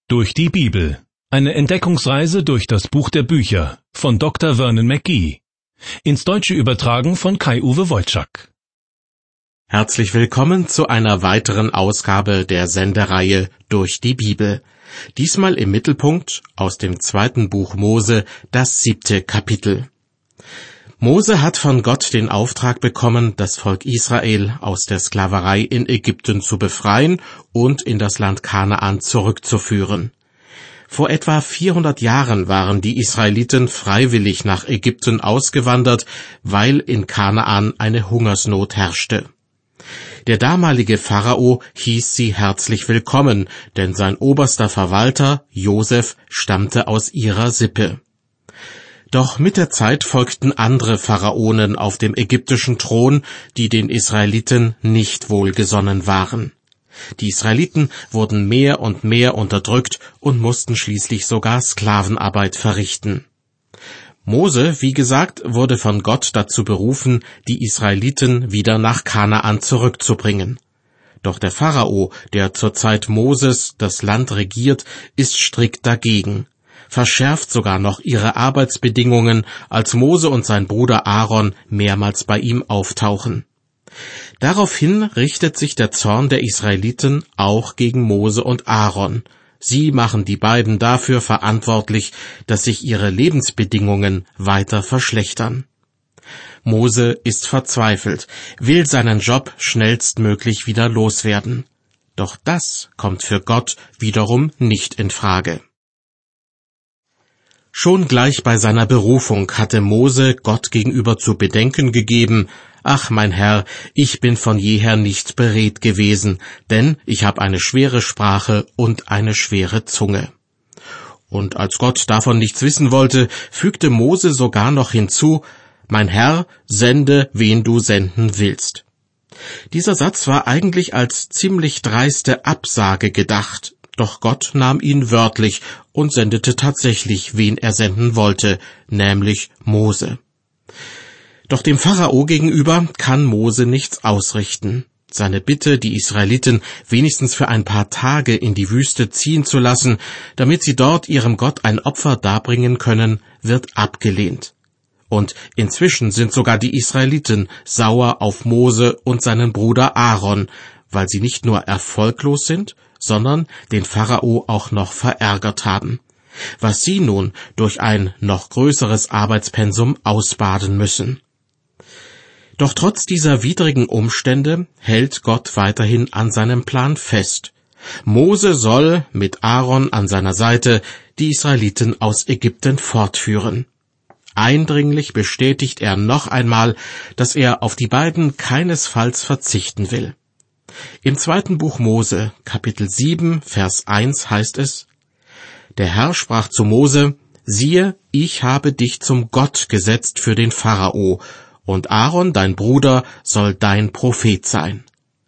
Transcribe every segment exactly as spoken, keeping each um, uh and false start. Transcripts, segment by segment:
Durch die Bibel. Eine Entdeckungsreise durch das Buch der Bücher von Doktor Vernon McGee. Ins Deutsche übertragen von Kai-Uwe Wojczak. Herzlich willkommen zu einer weiteren Ausgabe der Sendereihe Durch die Bibel. Diesmal im Mittelpunkt aus dem zweiten Buch Mose, das siebte Kapitel. Mose hat von Gott den Auftrag bekommen, das Volk Israel aus der Sklaverei in Ägypten zu befreien und in das Land Kanaan zurückzuführen. Vor etwa vierhundert Jahren waren die Israeliten freiwillig nach Ägypten ausgewandert, weil in Kanaan eine Hungersnot herrschte. Der damalige Pharao hieß sie herzlich willkommen, denn sein oberster Verwalter, Josef, stammte aus ihrer Sippe. Doch mit der Zeit folgten andere Pharaonen auf dem ägyptischen Thron, die den Israeliten nicht wohlgesonnen waren. Die Israeliten wurden mehr und mehr unterdrückt und mussten schließlich sogar Sklavenarbeit verrichten. Mose, wie gesagt, wurde von Gott dazu berufen, die Israeliten wieder nach Kanaan zurückzubringen. Doch der Pharao, der zur Zeit Moses das Land regiert, ist strikt dagegen, verschärft sogar noch ihre Arbeitsbedingungen, als Mose und sein Bruder Aaron mehrmals bei ihm auftauchen. Daraufhin richtet sich der Zorn der Israeliten auch gegen Mose und Aaron. Sie machen die beiden dafür verantwortlich, dass sich ihre Lebensbedingungen weiter verschlechtern. Mose ist verzweifelt, will seinen Job schnellstmöglich wieder loswerden. Doch das kommt für Gott wiederum nicht in Frage. Schon gleich bei seiner Berufung hatte Mose Gott gegenüber zu bedenken gegeben: »Ach, mein Herr, ich bin von jeher nicht beredt gewesen, denn ich habe eine schwere Sprache und eine schwere Zunge.« Und als Gott davon nichts wissen wollte, fügte Mose sogar noch hinzu: »Mein Herr, sende, wen du senden willst.« Dieser Satz war eigentlich als ziemlich dreiste Absage gedacht, doch Gott nahm ihn wörtlich und sendete tatsächlich, wen er senden wollte, nämlich Mose. Doch dem Pharao gegenüber kann Mose nichts ausrichten. Seine Bitte, die Israeliten wenigstens für ein paar Tage in die Wüste ziehen zu lassen, damit sie dort ihrem Gott ein Opfer darbringen können, wird abgelehnt. Und inzwischen sind sogar die Israeliten sauer auf Mose und seinen Bruder Aaron, weil sie nicht nur erfolglos sind, sondern den Pharao auch noch verärgert haben, was sie nun durch ein noch größeres Arbeitspensum ausbaden müssen. Doch trotz dieser widrigen Umstände hält Gott weiterhin an seinem Plan fest. Mose soll mit Aaron an seiner Seite die Israeliten aus Ägypten fortführen. Eindringlich bestätigt er noch einmal, dass er auf die beiden keinesfalls verzichten will. Im zweiten Buch Mose, Kapitel sieben, Vers eins heißt es: Der Herr sprach zu Mose: Siehe, ich habe dich zum Gott gesetzt für den Pharao, und Aaron, dein Bruder, soll dein Prophet sein.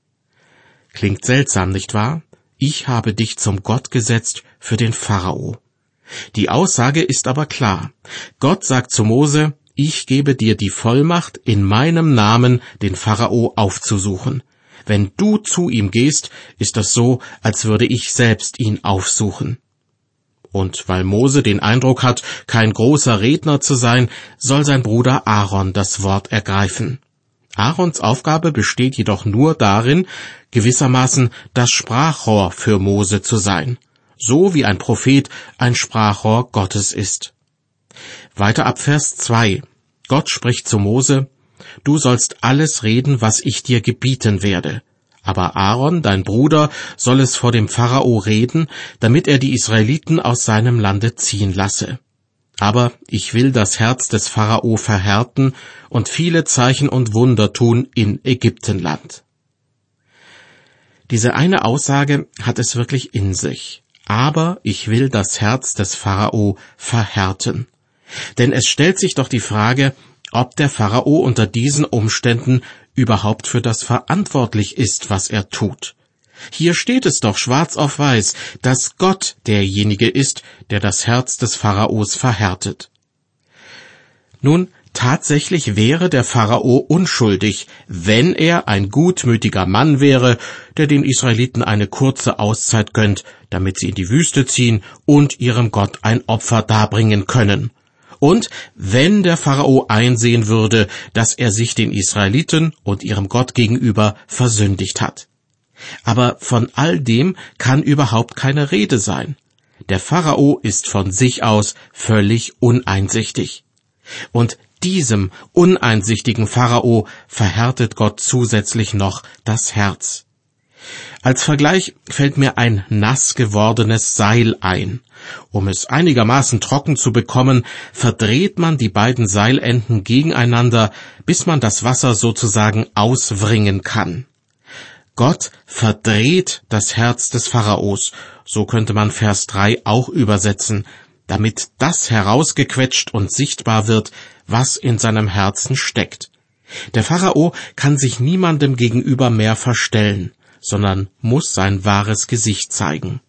Klingt seltsam, nicht wahr? Ich habe dich zum Gott gesetzt für den Pharao. Die Aussage ist aber klar. Gott sagt zu Mose: Ich gebe dir die Vollmacht, in meinem Namen den Pharao aufzusuchen. Wenn du zu ihm gehst, ist das so, als würde ich selbst ihn aufsuchen. Und weil Mose den Eindruck hat, kein großer Redner zu sein, soll sein Bruder Aaron das Wort ergreifen. Aarons Aufgabe besteht jedoch nur darin, gewissermaßen das Sprachrohr für Mose zu sein, so wie ein Prophet ein Sprachrohr Gottes ist. Weiter ab Vers zwei. Gott spricht zu Mose: Du sollst alles reden, was ich dir gebieten werde. Aber Aaron, dein Bruder, soll es vor dem Pharao reden, damit er die Israeliten aus seinem Lande ziehen lasse. Aber ich will das Herz des Pharao verhärten und viele Zeichen und Wunder tun in Ägyptenland. Diese eine Aussage hat es wirklich in sich. Aber ich will das Herz des Pharao verhärten. Denn es stellt sich doch die Frage, ob der Pharao unter diesen Umständen überhaupt für das verantwortlich ist, was er tut. Hier steht es doch schwarz auf weiß, dass Gott derjenige ist, der das Herz des Pharaos verhärtet. Nun, Tatsächlich wäre der Pharao unschuldig, wenn er ein gutmütiger Mann wäre, der den Israeliten eine kurze Auszeit gönnt, damit sie in die Wüste ziehen und ihrem Gott ein Opfer darbringen können. Und wenn der Pharao einsehen würde, dass er sich den Israeliten und ihrem Gott gegenüber versündigt hat. Aber von all dem kann überhaupt keine Rede sein. Der Pharao ist von sich aus völlig uneinsichtig. Und diesem uneinsichtigen Pharao verhärtet Gott zusätzlich noch das Herz. Als Vergleich fällt mir ein nass gewordenes Seil ein. Um es einigermaßen trocken zu bekommen, verdreht man die beiden Seilenden gegeneinander, bis man das Wasser sozusagen auswringen kann. Gott verdreht das Herz des Pharaos, so könnte man Vers drei auch übersetzen, damit das herausgequetscht und sichtbar wird, was in seinem Herzen steckt. Der Pharao kann sich niemandem gegenüber mehr verstellen, sondern muss sein wahres Gesicht zeigen.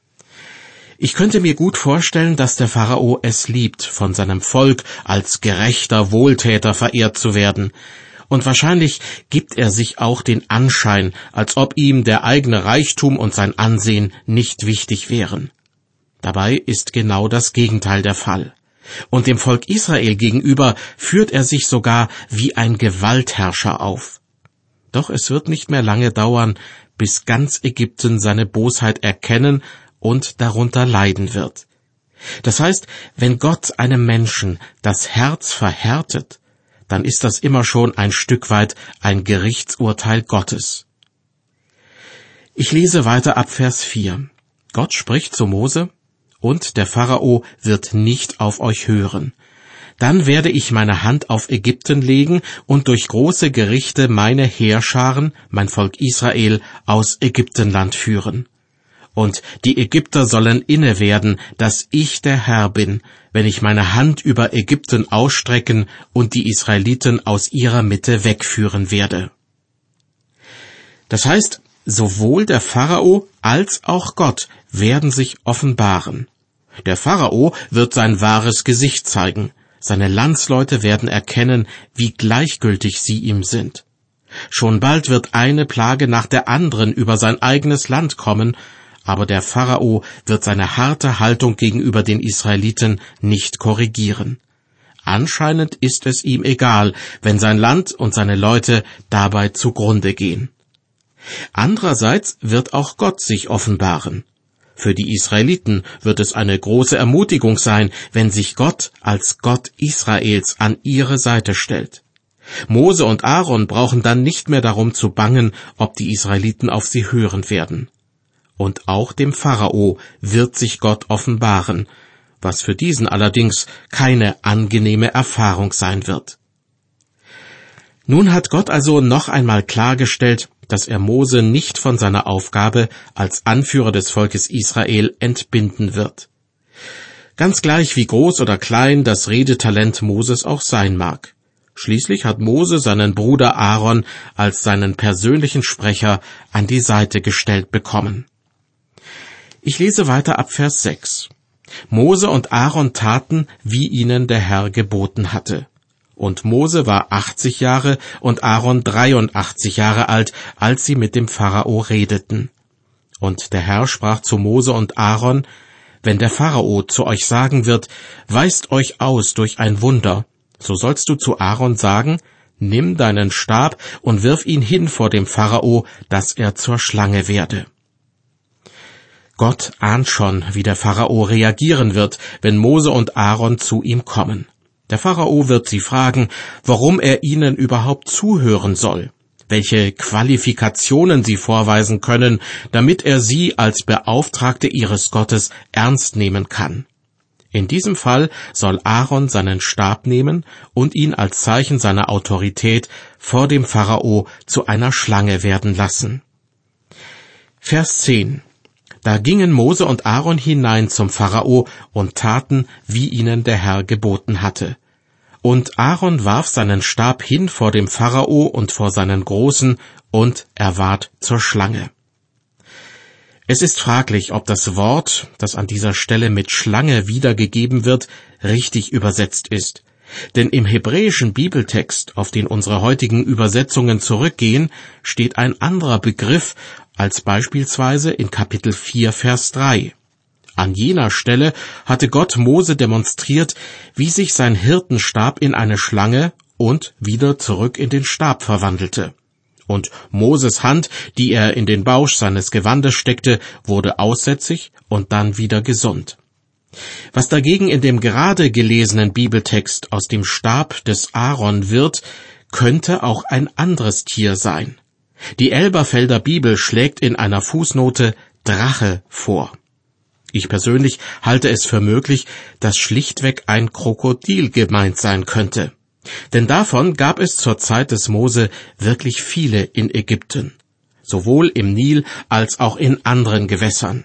Ich könnte mir gut vorstellen, dass der Pharao es liebt, von seinem Volk als gerechter Wohltäter verehrt zu werden. Und wahrscheinlich gibt er sich auch den Anschein, als ob ihm der eigene Reichtum und sein Ansehen nicht wichtig wären. Dabei ist genau das Gegenteil der Fall. Und dem Volk Israel gegenüber führt er sich sogar wie ein Gewaltherrscher auf. Doch es wird nicht mehr lange dauern, bis ganz Ägypten seine Bosheit erkennen und darunter leiden wird. Das heißt, wenn Gott einem Menschen das Herz verhärtet, dann ist das immer schon ein Stück weit ein Gerichtsurteil Gottes. Ich lese weiter ab Vers vier. Gott spricht zu Mose: Und der Pharao wird nicht auf euch hören. Dann werde ich meine Hand auf Ägypten legen und durch große Gerichte meine Heerscharen, mein Volk Israel, aus Ägyptenland führen. Und die Ägypter sollen inne werden, dass ich der Herr bin, wenn ich meine Hand über Ägypten ausstrecken und die Israeliten aus ihrer Mitte wegführen werde. Das heißt, sowohl der Pharao als auch Gott werden sich offenbaren. Der Pharao wird sein wahres Gesicht zeigen. Seine Landsleute werden erkennen, wie gleichgültig sie ihm sind. Schon bald wird eine Plage nach der anderen über sein eigenes Land kommen, aber der Pharao wird seine harte Haltung gegenüber den Israeliten nicht korrigieren. Anscheinend ist es ihm egal, wenn sein Land und seine Leute dabei zugrunde gehen. Andererseits wird auch Gott sich offenbaren. Für die Israeliten wird es eine große Ermutigung sein, wenn sich Gott als Gott Israels an ihre Seite stellt. Mose und Aaron brauchen dann nicht mehr darum zu bangen, ob die Israeliten auf sie hören werden. Und auch dem Pharao wird sich Gott offenbaren, was für diesen allerdings keine angenehme Erfahrung sein wird. Nun hat Gott also noch einmal klargestellt, dass er Mose nicht von seiner Aufgabe als Anführer des Volkes Israel entbinden wird. Ganz gleich wie groß oder klein das Redetalent Moses auch sein mag. Schließlich hat Mose seinen Bruder Aaron als seinen persönlichen Sprecher an die Seite gestellt bekommen. Ich lese weiter ab Vers sechs. Mose und Aaron taten, wie ihnen der Herr geboten hatte. Und Mose war achtzig Jahre und Aaron dreiundachtzig Jahre alt, als sie mit dem Pharao redeten. Und der Herr sprach zu Mose und Aaron: Wenn der Pharao zu euch sagen wird, weist euch aus durch ein Wunder, so sollst du zu Aaron sagen: Nimm deinen Stab und wirf ihn hin vor dem Pharao, dass er zur Schlange werde. Gott ahnt schon, wie der Pharao reagieren wird, wenn Mose und Aaron zu ihm kommen. Der Pharao wird sie fragen, warum er ihnen überhaupt zuhören soll, welche Qualifikationen sie vorweisen können, damit er sie als Beauftragte ihres Gottes ernst nehmen kann. In diesem Fall soll Aaron seinen Stab nehmen und ihn als Zeichen seiner Autorität vor dem Pharao zu einer Schlange werden lassen. Vers zehn. Da gingen Mose und Aaron hinein zum Pharao und taten, wie ihnen der Herr geboten hatte. Und Aaron warf seinen Stab hin vor dem Pharao und vor seinen Großen, und er ward zur Schlange. Es ist fraglich, ob das Wort, das an dieser Stelle mit Schlange wiedergegeben wird, richtig übersetzt ist. Denn im hebräischen Bibeltext, auf den unsere heutigen Übersetzungen zurückgehen, steht ein anderer Begriff als beispielsweise in Kapitel vier, Vers drei. An jener Stelle hatte Gott Mose demonstriert, wie sich sein Hirtenstab in eine Schlange und wieder zurück in den Stab verwandelte. Und Moses Hand, die er in den Bausch seines Gewandes steckte, wurde aussätzig und dann wieder gesund. Was dagegen in dem gerade gelesenen Bibeltext aus dem Stab des Aaron wird, könnte auch ein anderes Tier sein. Die Elberfelder Bibel schlägt in einer Fußnote Drache vor. Ich persönlich halte es für möglich, dass schlichtweg ein Krokodil gemeint sein könnte. Denn davon gab es zur Zeit des Mose wirklich viele in Ägypten, sowohl im Nil als auch in anderen Gewässern.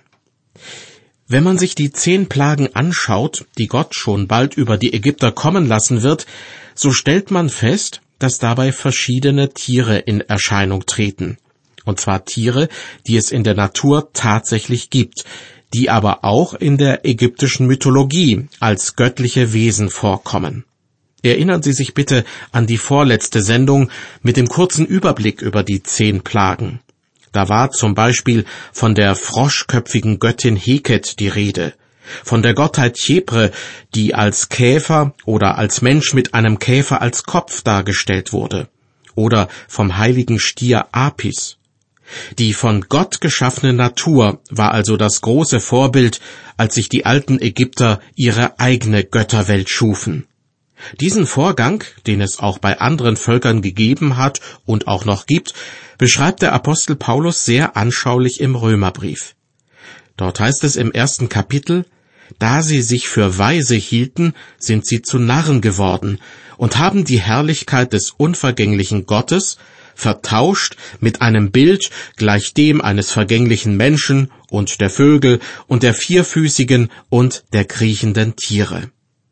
Wenn man sich die zehn Plagen anschaut, die Gott schon bald über die Ägypter kommen lassen wird, so stellt man fest, dass dabei verschiedene Tiere in Erscheinung treten. Und zwar Tiere, die es in der Natur tatsächlich gibt, die aber auch in der ägyptischen Mythologie als göttliche Wesen vorkommen. Erinnern Sie sich bitte an die vorletzte Sendung mit dem kurzen Überblick über die zehn Plagen. Da war zum Beispiel von der froschköpfigen Göttin Heket die Rede, von der Gottheit Chepre, die als Käfer oder als Mensch mit einem Käfer als Kopf dargestellt wurde, oder vom heiligen Stier Apis. Die von Gott geschaffene Natur war also das große Vorbild, als sich die alten Ägypter ihre eigene Götterwelt schufen. Diesen Vorgang, den es auch bei anderen Völkern gegeben hat und auch noch gibt, beschreibt der Apostel Paulus sehr anschaulich im Römerbrief. Dort heißt es im ersten Kapitel: Da sie sich für weise hielten, sind sie zu Narren geworden und haben die Herrlichkeit des unvergänglichen Gottes vertauscht mit einem Bild gleich dem eines vergänglichen Menschen und der Vögel und der vierfüßigen und der kriechenden Tiere.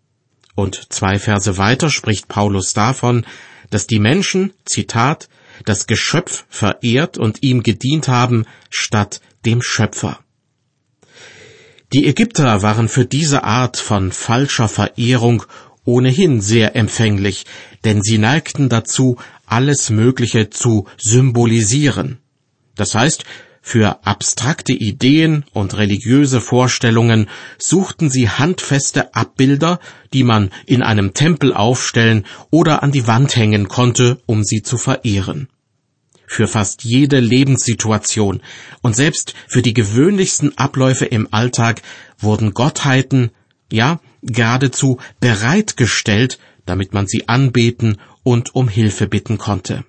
Und zwei Verse weiter spricht Paulus davon, dass die Menschen, Zitat, das Geschöpf verehrt und ihm gedient haben, statt dem Schöpfer. Die Ägypter waren für diese Art von falscher Verehrung ohnehin sehr empfänglich, denn sie neigten dazu, alles Mögliche zu symbolisieren. Das heißt, für abstrakte Ideen und religiöse Vorstellungen suchten sie handfeste Abbilder, die man in einem Tempel aufstellen oder an die Wand hängen konnte, um sie zu verehren. Für fast jede Lebenssituation und selbst für die gewöhnlichsten Abläufe im Alltag wurden Gottheiten, ja, geradezu bereitgestellt, damit man sie anbeten und um Hilfe bitten konnte.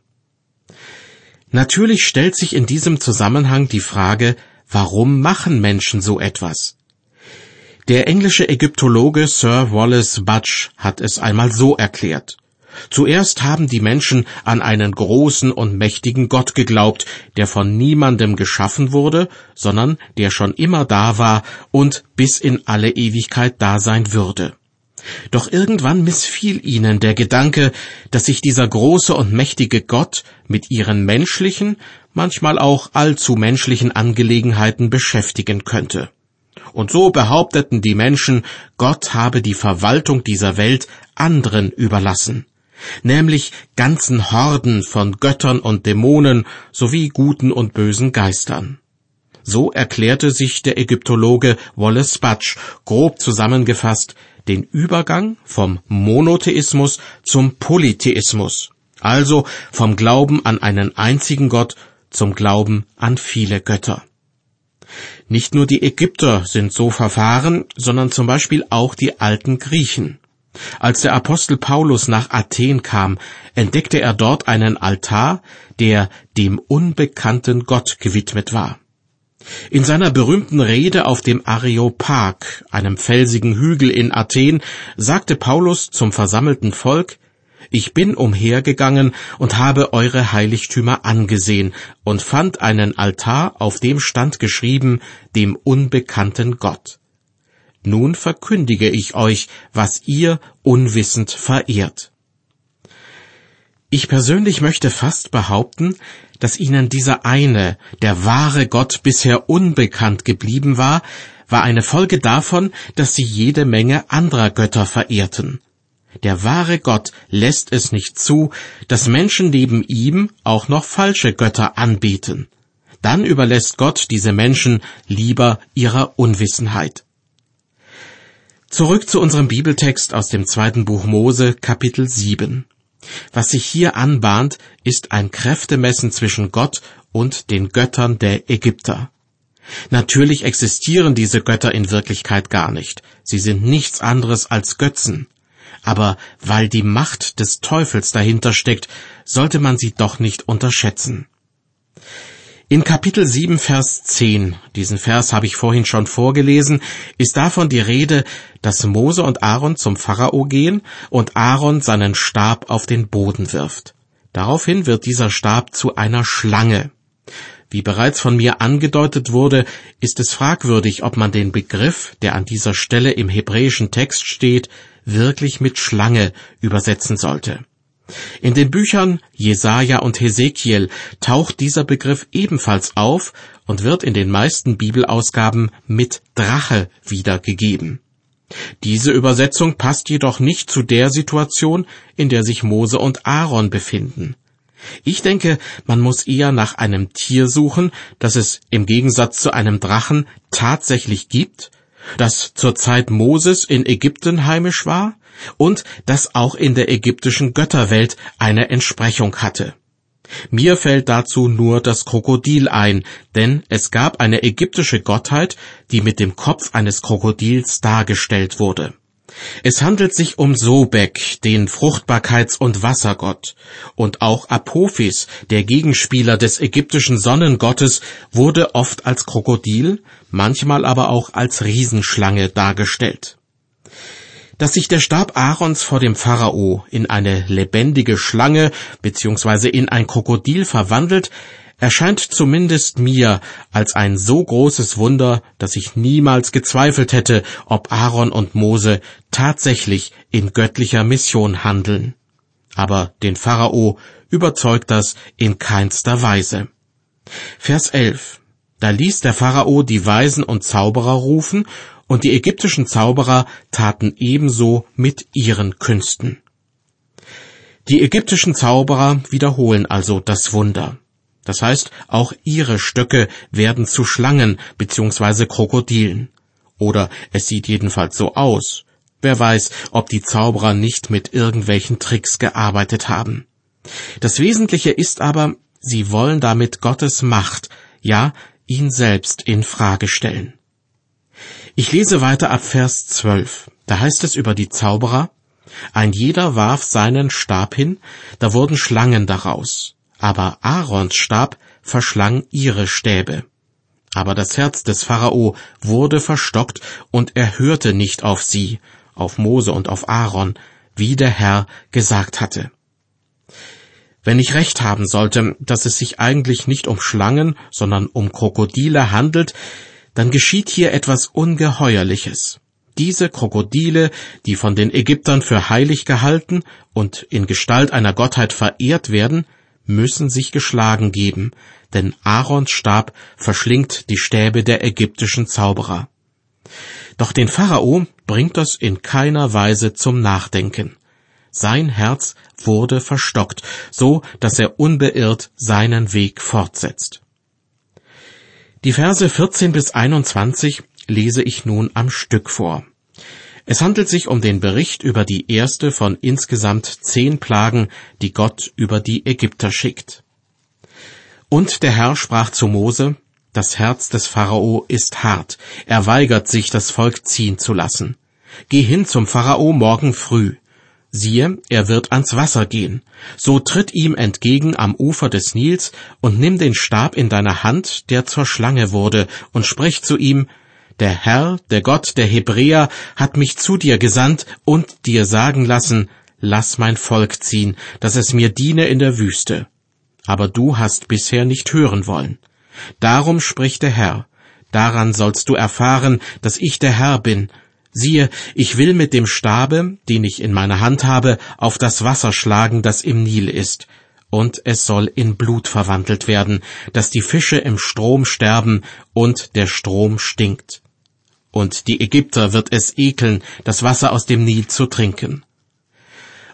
Natürlich stellt sich in diesem Zusammenhang die Frage, warum machen Menschen so etwas? Der englische Ägyptologe Sir Wallace Budge hat es einmal so erklärt: Zuerst haben die Menschen an einen großen und mächtigen Gott geglaubt, der von niemandem geschaffen wurde, sondern der schon immer da war und bis in alle Ewigkeit da sein würde. Doch irgendwann missfiel ihnen der Gedanke, dass sich dieser große und mächtige Gott mit ihren menschlichen, manchmal auch allzu menschlichen Angelegenheiten beschäftigen könnte. Und so behaupteten die Menschen, Gott habe die Verwaltung dieser Welt anderen überlassen, nämlich ganzen Horden von Göttern und Dämonen sowie guten und bösen Geistern. So erklärte sich der Ägyptologe Wallace Budge, grob zusammengefasst, den Übergang vom Monotheismus zum Polytheismus, also vom Glauben an einen einzigen Gott zum Glauben an viele Götter. Nicht nur die Ägypter sind so verfahren, sondern zum Beispiel auch die alten Griechen. Als der Apostel Paulus nach Athen kam, entdeckte er dort einen Altar, der dem unbekannten Gott gewidmet war. In seiner berühmten Rede auf dem Areopag, einem felsigen Hügel in Athen, sagte Paulus zum versammelten Volk: Ich bin umhergegangen und habe eure Heiligtümer angesehen und fand einen Altar, auf dem stand geschrieben, dem unbekannten Gott. Nun verkündige ich euch, was ihr unwissend verehrt. Ich persönlich möchte fast behaupten, dass ihnen dieser eine, der wahre Gott bisher unbekannt geblieben war, war eine Folge davon, dass sie jede Menge anderer Götter verehrten. Der wahre Gott lässt es nicht zu, dass Menschen neben ihm auch noch falsche Götter anbeten. Dann überlässt Gott diese Menschen lieber ihrer Unwissenheit. Zurück zu unserem Bibeltext aus dem zweiten Buch Mose, Kapitel sieben. Was sich hier anbahnt, ist ein Kräftemessen zwischen Gott und den Göttern der Ägypter. Natürlich existieren diese Götter in Wirklichkeit gar nicht. Sie sind nichts anderes als Götzen. Aber weil die Macht des Teufels dahinter steckt, sollte man sie doch nicht unterschätzen. In Kapitel sieben, Vers zehn, diesen Vers habe ich vorhin schon vorgelesen, ist davon die Rede, dass Mose und Aaron zum Pharao gehen und Aaron seinen Stab auf den Boden wirft. Daraufhin wird dieser Stab zu einer Schlange. Wie bereits von mir angedeutet wurde, ist es fragwürdig, ob man den Begriff, der an dieser Stelle im hebräischen Text steht, wirklich mit Schlange übersetzen sollte. In den Büchern Jesaja und Hesekiel taucht dieser Begriff ebenfalls auf und wird in den meisten Bibelausgaben mit Drache wiedergegeben. Diese Übersetzung passt jedoch nicht zu der Situation, in der sich Mose und Aaron befinden. Ich denke, man muss eher nach einem Tier suchen, das es im Gegensatz zu einem Drachen tatsächlich gibt, das zur Zeit Moses in Ägypten heimisch war und das auch in der ägyptischen Götterwelt eine Entsprechung hatte. Mir fällt dazu nur das Krokodil ein, denn es gab eine ägyptische Gottheit, die mit dem Kopf eines Krokodils dargestellt wurde. Es handelt sich um Sobek, den Fruchtbarkeits- und Wassergott, und auch Apophis, der Gegenspieler des ägyptischen Sonnengottes, wurde oft als Krokodil, manchmal aber auch als Riesenschlange dargestellt. Dass sich der Stab Aarons vor dem Pharao in eine lebendige Schlange bzw. in ein Krokodil verwandelt, erscheint zumindest mir als ein so großes Wunder, dass ich niemals gezweifelt hätte, ob Aaron und Mose tatsächlich in göttlicher Mission handeln. Aber den Pharao überzeugt das in keinster Weise. Vers elf. Da ließ der Pharao die Weisen und Zauberer rufen, und die ägyptischen Zauberer taten ebenso mit ihren Künsten. Die ägyptischen Zauberer wiederholen also das Wunder. Das heißt, auch ihre Stöcke werden zu Schlangen bzw. Krokodilen. Oder es sieht jedenfalls so aus. Wer weiß, ob die Zauberer nicht mit irgendwelchen Tricks gearbeitet haben. Das Wesentliche ist aber, sie wollen damit Gottes Macht, ja, ihn selbst in Frage stellen. Ich lese weiter ab Vers zwölf. Da heißt es über die Zauberer: Ein jeder warf seinen Stab hin, da wurden Schlangen daraus. Aber Aarons Stab verschlang ihre Stäbe. Aber das Herz des Pharao wurde verstockt, und er hörte nicht auf sie, auf Mose und auf Aaron, wie der Herr gesagt hatte. Wenn ich recht haben sollte, dass es sich eigentlich nicht um Schlangen, sondern um Krokodile handelt, dann geschieht hier etwas Ungeheuerliches. Diese Krokodile, die von den Ägyptern für heilig gehalten und in Gestalt einer Gottheit verehrt werden, müssen sich geschlagen geben, denn Aarons Stab verschlingt die Stäbe der ägyptischen Zauberer. Doch den Pharao bringt das in keiner Weise zum Nachdenken. Sein Herz wurde verstockt, so dass er unbeirrt seinen Weg fortsetzt. Die Verse vierzehn bis einundzwanzig lese ich nun am Stück vor. Es handelt sich um den Bericht über die erste von insgesamt zehn Plagen, die Gott über die Ägypter schickt. Und der Herr sprach zu Mose: Das Herz des Pharao ist hart, er weigert sich, das Volk ziehen zu lassen. Geh hin zum Pharao morgen früh. Siehe, er wird ans Wasser gehen. So tritt ihm entgegen am Ufer des Nils und nimm den Stab in deine Hand, der zur Schlange wurde, und sprich zu ihm: Der Herr, der Gott der Hebräer, hat mich zu dir gesandt und dir sagen lassen: Lass mein Volk ziehen, dass es mir diene in der Wüste. Aber du hast bisher nicht hören wollen. Darum spricht der Herr: Daran sollst du erfahren, dass ich der Herr bin. Siehe, ich will mit dem Stabe, den ich in meiner Hand habe, auf das Wasser schlagen, das im Nil ist, und es soll in Blut verwandelt werden, dass die Fische im Strom sterben und der Strom stinkt. Und die Ägypter wird es ekeln, das Wasser aus dem Nil zu trinken.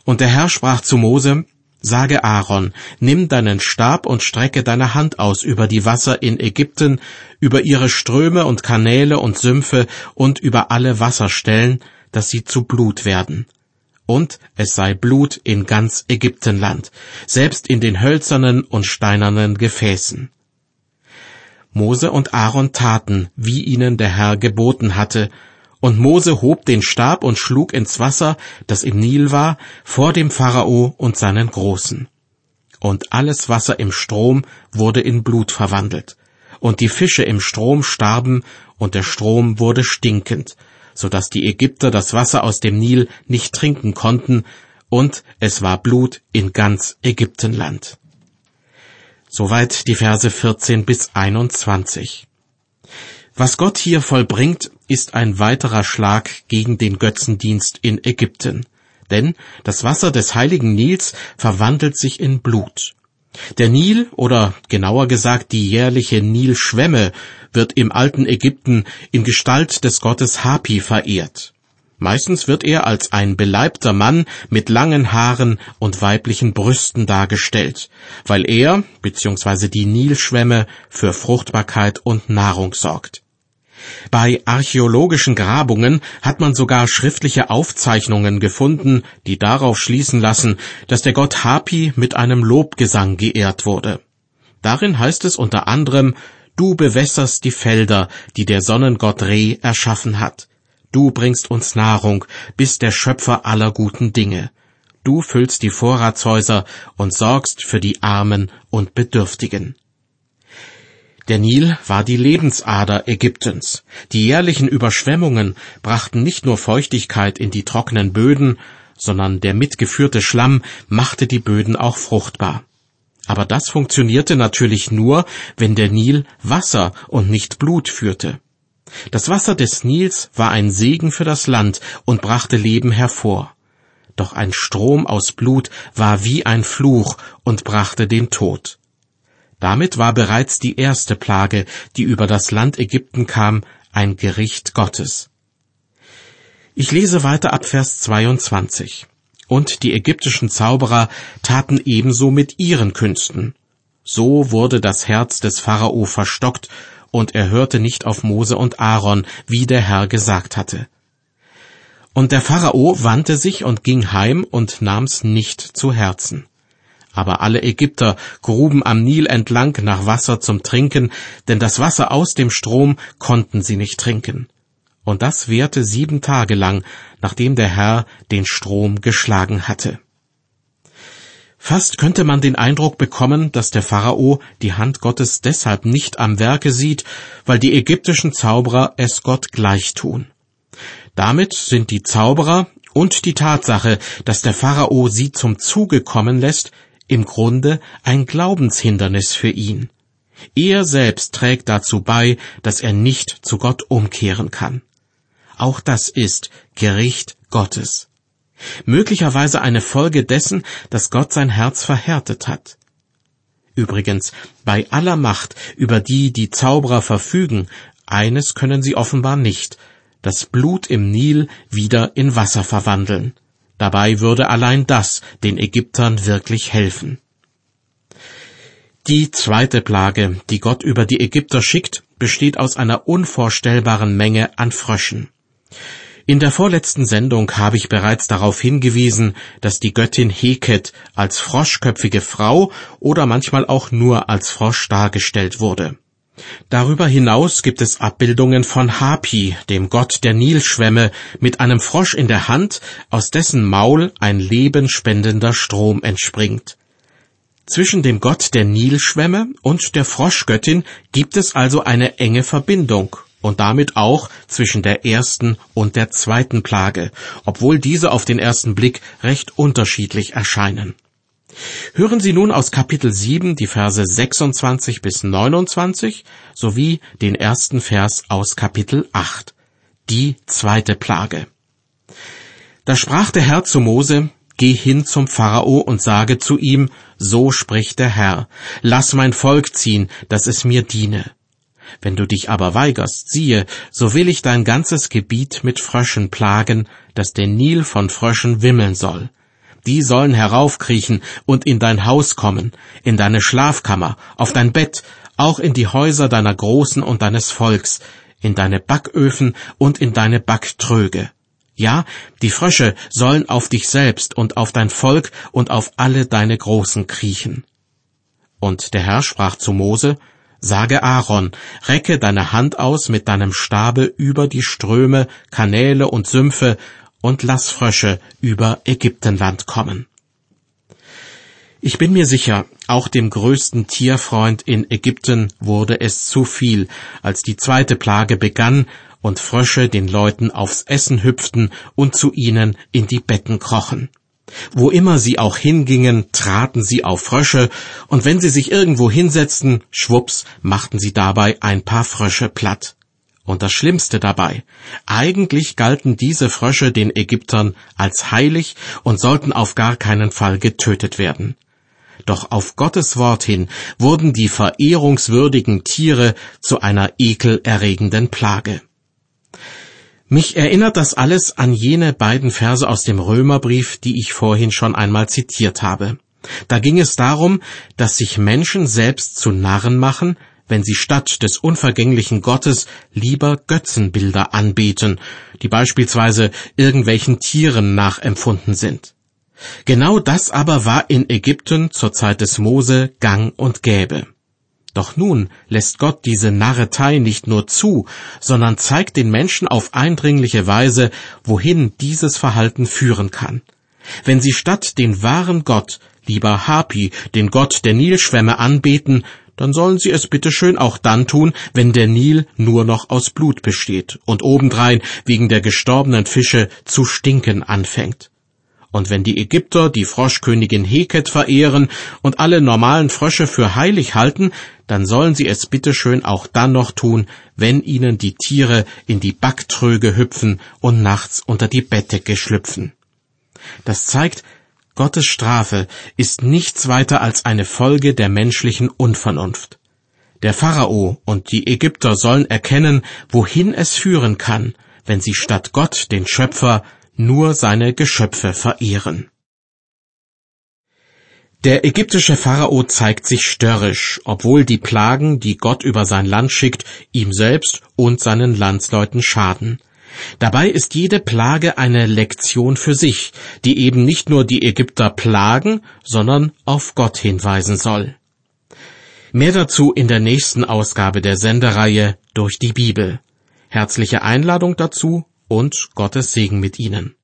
Und der Herr sprach zu Mose: Sage Aaron, nimm deinen Stab und strecke deine Hand aus über die Wasser in Ägypten, über ihre Ströme und Kanäle und Sümpfe und über alle Wasserstellen, dass sie zu Blut werden. Und es sei Blut in ganz Ägyptenland, selbst in den hölzernen und steinernen Gefäßen. Mose und Aaron taten, wie ihnen der Herr geboten hatte, und Mose hob den Stab und schlug ins Wasser, das im Nil war, vor dem Pharao und seinen Großen. Und alles Wasser im Strom wurde in Blut verwandelt, und die Fische im Strom starben, und der Strom wurde stinkend, so dass die Ägypter das Wasser aus dem Nil nicht trinken konnten, und es war Blut in ganz Ägyptenland. Soweit die Verse vierzehn bis einundzwanzig. Was Gott hier vollbringt, ist ein weiterer Schlag gegen den Götzendienst in Ägypten. Denn das Wasser des heiligen Nils verwandelt sich in Blut. Der Nil, oder genauer gesagt die jährliche Nilschwemme, wird im alten Ägypten in Gestalt des Gottes Hapi verehrt. Meistens wird er als ein beleibter Mann mit langen Haaren und weiblichen Brüsten dargestellt, weil er bzw. die Nilschwemme für Fruchtbarkeit und Nahrung sorgt. Bei archäologischen Grabungen hat man sogar schriftliche Aufzeichnungen gefunden, die darauf schließen lassen, dass der Gott Hapi mit einem Lobgesang geehrt wurde. Darin heißt es unter anderem: Du bewässerst die Felder, die der Sonnengott Re erschaffen hat. Du bringst uns Nahrung, bist der Schöpfer aller guten Dinge. Du füllst die Vorratshäuser und sorgst für die Armen und Bedürftigen. Der Nil war die Lebensader Ägyptens. Die jährlichen Überschwemmungen brachten nicht nur Feuchtigkeit in die trockenen Böden, sondern der mitgeführte Schlamm machte die Böden auch fruchtbar. Aber das funktionierte natürlich nur, wenn der Nil Wasser und nicht Blut führte. Das Wasser des Nils war ein Segen für das Land und brachte Leben hervor. Doch ein Strom aus Blut war wie ein Fluch und brachte den Tod. Damit war bereits die erste Plage, die über das Land Ägypten kam, ein Gericht Gottes. Ich lese weiter ab Vers zweiundzwanzig. Und die ägyptischen Zauberer taten ebenso mit ihren Künsten. So wurde das Herz des Pharao verstockt, und er hörte nicht auf Mose und Aaron, wie der Herr gesagt hatte. Und der Pharao wandte sich und ging heim und nahm's nicht zu Herzen. Aber alle Ägypter gruben am Nil entlang nach Wasser zum Trinken, denn das Wasser aus dem Strom konnten sie nicht trinken. Und das währte sieben Tage lang, nachdem der Herr den Strom geschlagen hatte. Fast könnte man den Eindruck bekommen, dass der Pharao die Hand Gottes deshalb nicht am Werke sieht, weil die ägyptischen Zauberer es Gott gleich tun. Damit sind die Zauberer und die Tatsache, dass der Pharao sie zum Zuge kommen lässt, im Grunde ein Glaubenshindernis für ihn. Er selbst trägt dazu bei, dass er nicht zu Gott umkehren kann. Auch das ist Gericht Gottes. Möglicherweise eine Folge dessen, dass Gott sein Herz verhärtet hat. Übrigens, bei aller Macht, über die die Zauberer verfügen, eines können sie offenbar nicht: das Blut im Nil wieder in Wasser verwandeln. Dabei würde allein das den Ägyptern wirklich helfen. Die zweite Plage, die Gott über die Ägypter schickt, besteht aus einer unvorstellbaren Menge an Fröschen. In der vorletzten Sendung habe ich bereits darauf hingewiesen, dass die Göttin Heket als froschköpfige Frau oder manchmal auch nur als Frosch dargestellt wurde. Darüber hinaus gibt es Abbildungen von Hapi, dem Gott der Nilschwämme, mit einem Frosch in der Hand, aus dessen Maul ein lebenspendender Strom entspringt. Zwischen dem Gott der Nilschwämme und der Froschgöttin gibt es also eine enge Verbindung und damit auch zwischen der ersten und der zweiten Plage, obwohl diese auf den ersten Blick recht unterschiedlich erscheinen. Hören Sie nun aus Kapitel sieben die Verse sechsundzwanzig bis neunundzwanzig sowie den ersten Vers aus Kapitel acht, die zweite Plage. Da sprach der Herr zu Mose: Geh hin zum Pharao und sage zu ihm: So spricht der Herr, lass mein Volk ziehen, dass es mir diene. Wenn du dich aber weigerst, siehe, so will ich dein ganzes Gebiet mit Fröschen plagen, dass der Nil von Fröschen wimmeln soll. die sollen heraufkriechen und in dein Haus kommen, in deine Schlafkammer, auf dein Bett, auch in die Häuser deiner Großen und deines Volks, in deine Backöfen und in deine Backtröge. Ja, die Frösche sollen auf dich selbst und auf dein Volk und auf alle deine Großen kriechen. Und der Herr sprach zu Mose, sage Aaron, recke deine Hand aus mit deinem Stabe über die Ströme, Kanäle und Sümpfe und lass Frösche über Ägyptenland kommen. Ich bin mir sicher, auch dem größten Tierfreund in Ägypten wurde es zu viel, als die zweite Plage begann und Frösche den Leuten aufs Essen hüpften und zu ihnen in die Betten krochen. Wo immer sie auch hingingen, traten sie auf Frösche, und wenn sie sich irgendwo hinsetzten, schwupps, machten sie dabei ein paar Frösche platt. Und das Schlimmste dabei, eigentlich galten diese Frösche den Ägyptern als heilig und sollten auf gar keinen Fall getötet werden. Doch auf Gottes Wort hin wurden die verehrungswürdigen Tiere zu einer ekelerregenden Plage. Mich erinnert das alles an jene beiden Verse aus dem Römerbrief, die ich vorhin schon einmal zitiert habe. Da ging es darum, dass sich Menschen selbst zu Narren machen, wenn sie statt des unvergänglichen Gottes lieber Götzenbilder anbeten, die beispielsweise irgendwelchen Tieren nachempfunden sind. Genau das aber war in Ägypten zur Zeit des Mose gang und gäbe. Doch nun lässt Gott diese Narretei nicht nur zu, sondern zeigt den Menschen auf eindringliche Weise, wohin dieses Verhalten führen kann. Wenn sie statt den wahren Gott lieber Hapi, den Gott der Nilschwämme, anbeten, dann sollen sie es bitteschön auch dann tun, wenn der Nil nur noch aus Blut besteht und obendrein wegen der gestorbenen Fische zu stinken anfängt. Und wenn die Ägypter die Froschkönigin Heket verehren und alle normalen Frösche für heilig halten, dann sollen sie es bitteschön auch dann noch tun, wenn ihnen die Tiere in die Backtröge hüpfen und nachts unter die Bettdecke schlüpfen. Das zeigt, Gottes Strafe ist nichts weiter als eine Folge der menschlichen Unvernunft. Der Pharao und die Ägypter sollen erkennen, wohin es führen kann, wenn sie statt Gott, den Schöpfer, nur seine Geschöpfe verehren. Der ägyptische Pharao zeigt sich störrisch, obwohl die Plagen, die Gott über sein Land schickt, ihm selbst und seinen Landsleuten schaden. Dabei ist jede Plage eine Lektion für sich, die eben nicht nur die Ägypter plagen, sondern auf Gott hinweisen soll. Mehr dazu in der nächsten Ausgabe der Sendereihe Durch die Bibel. Herzliche Einladung dazu und Gottes Segen mit Ihnen.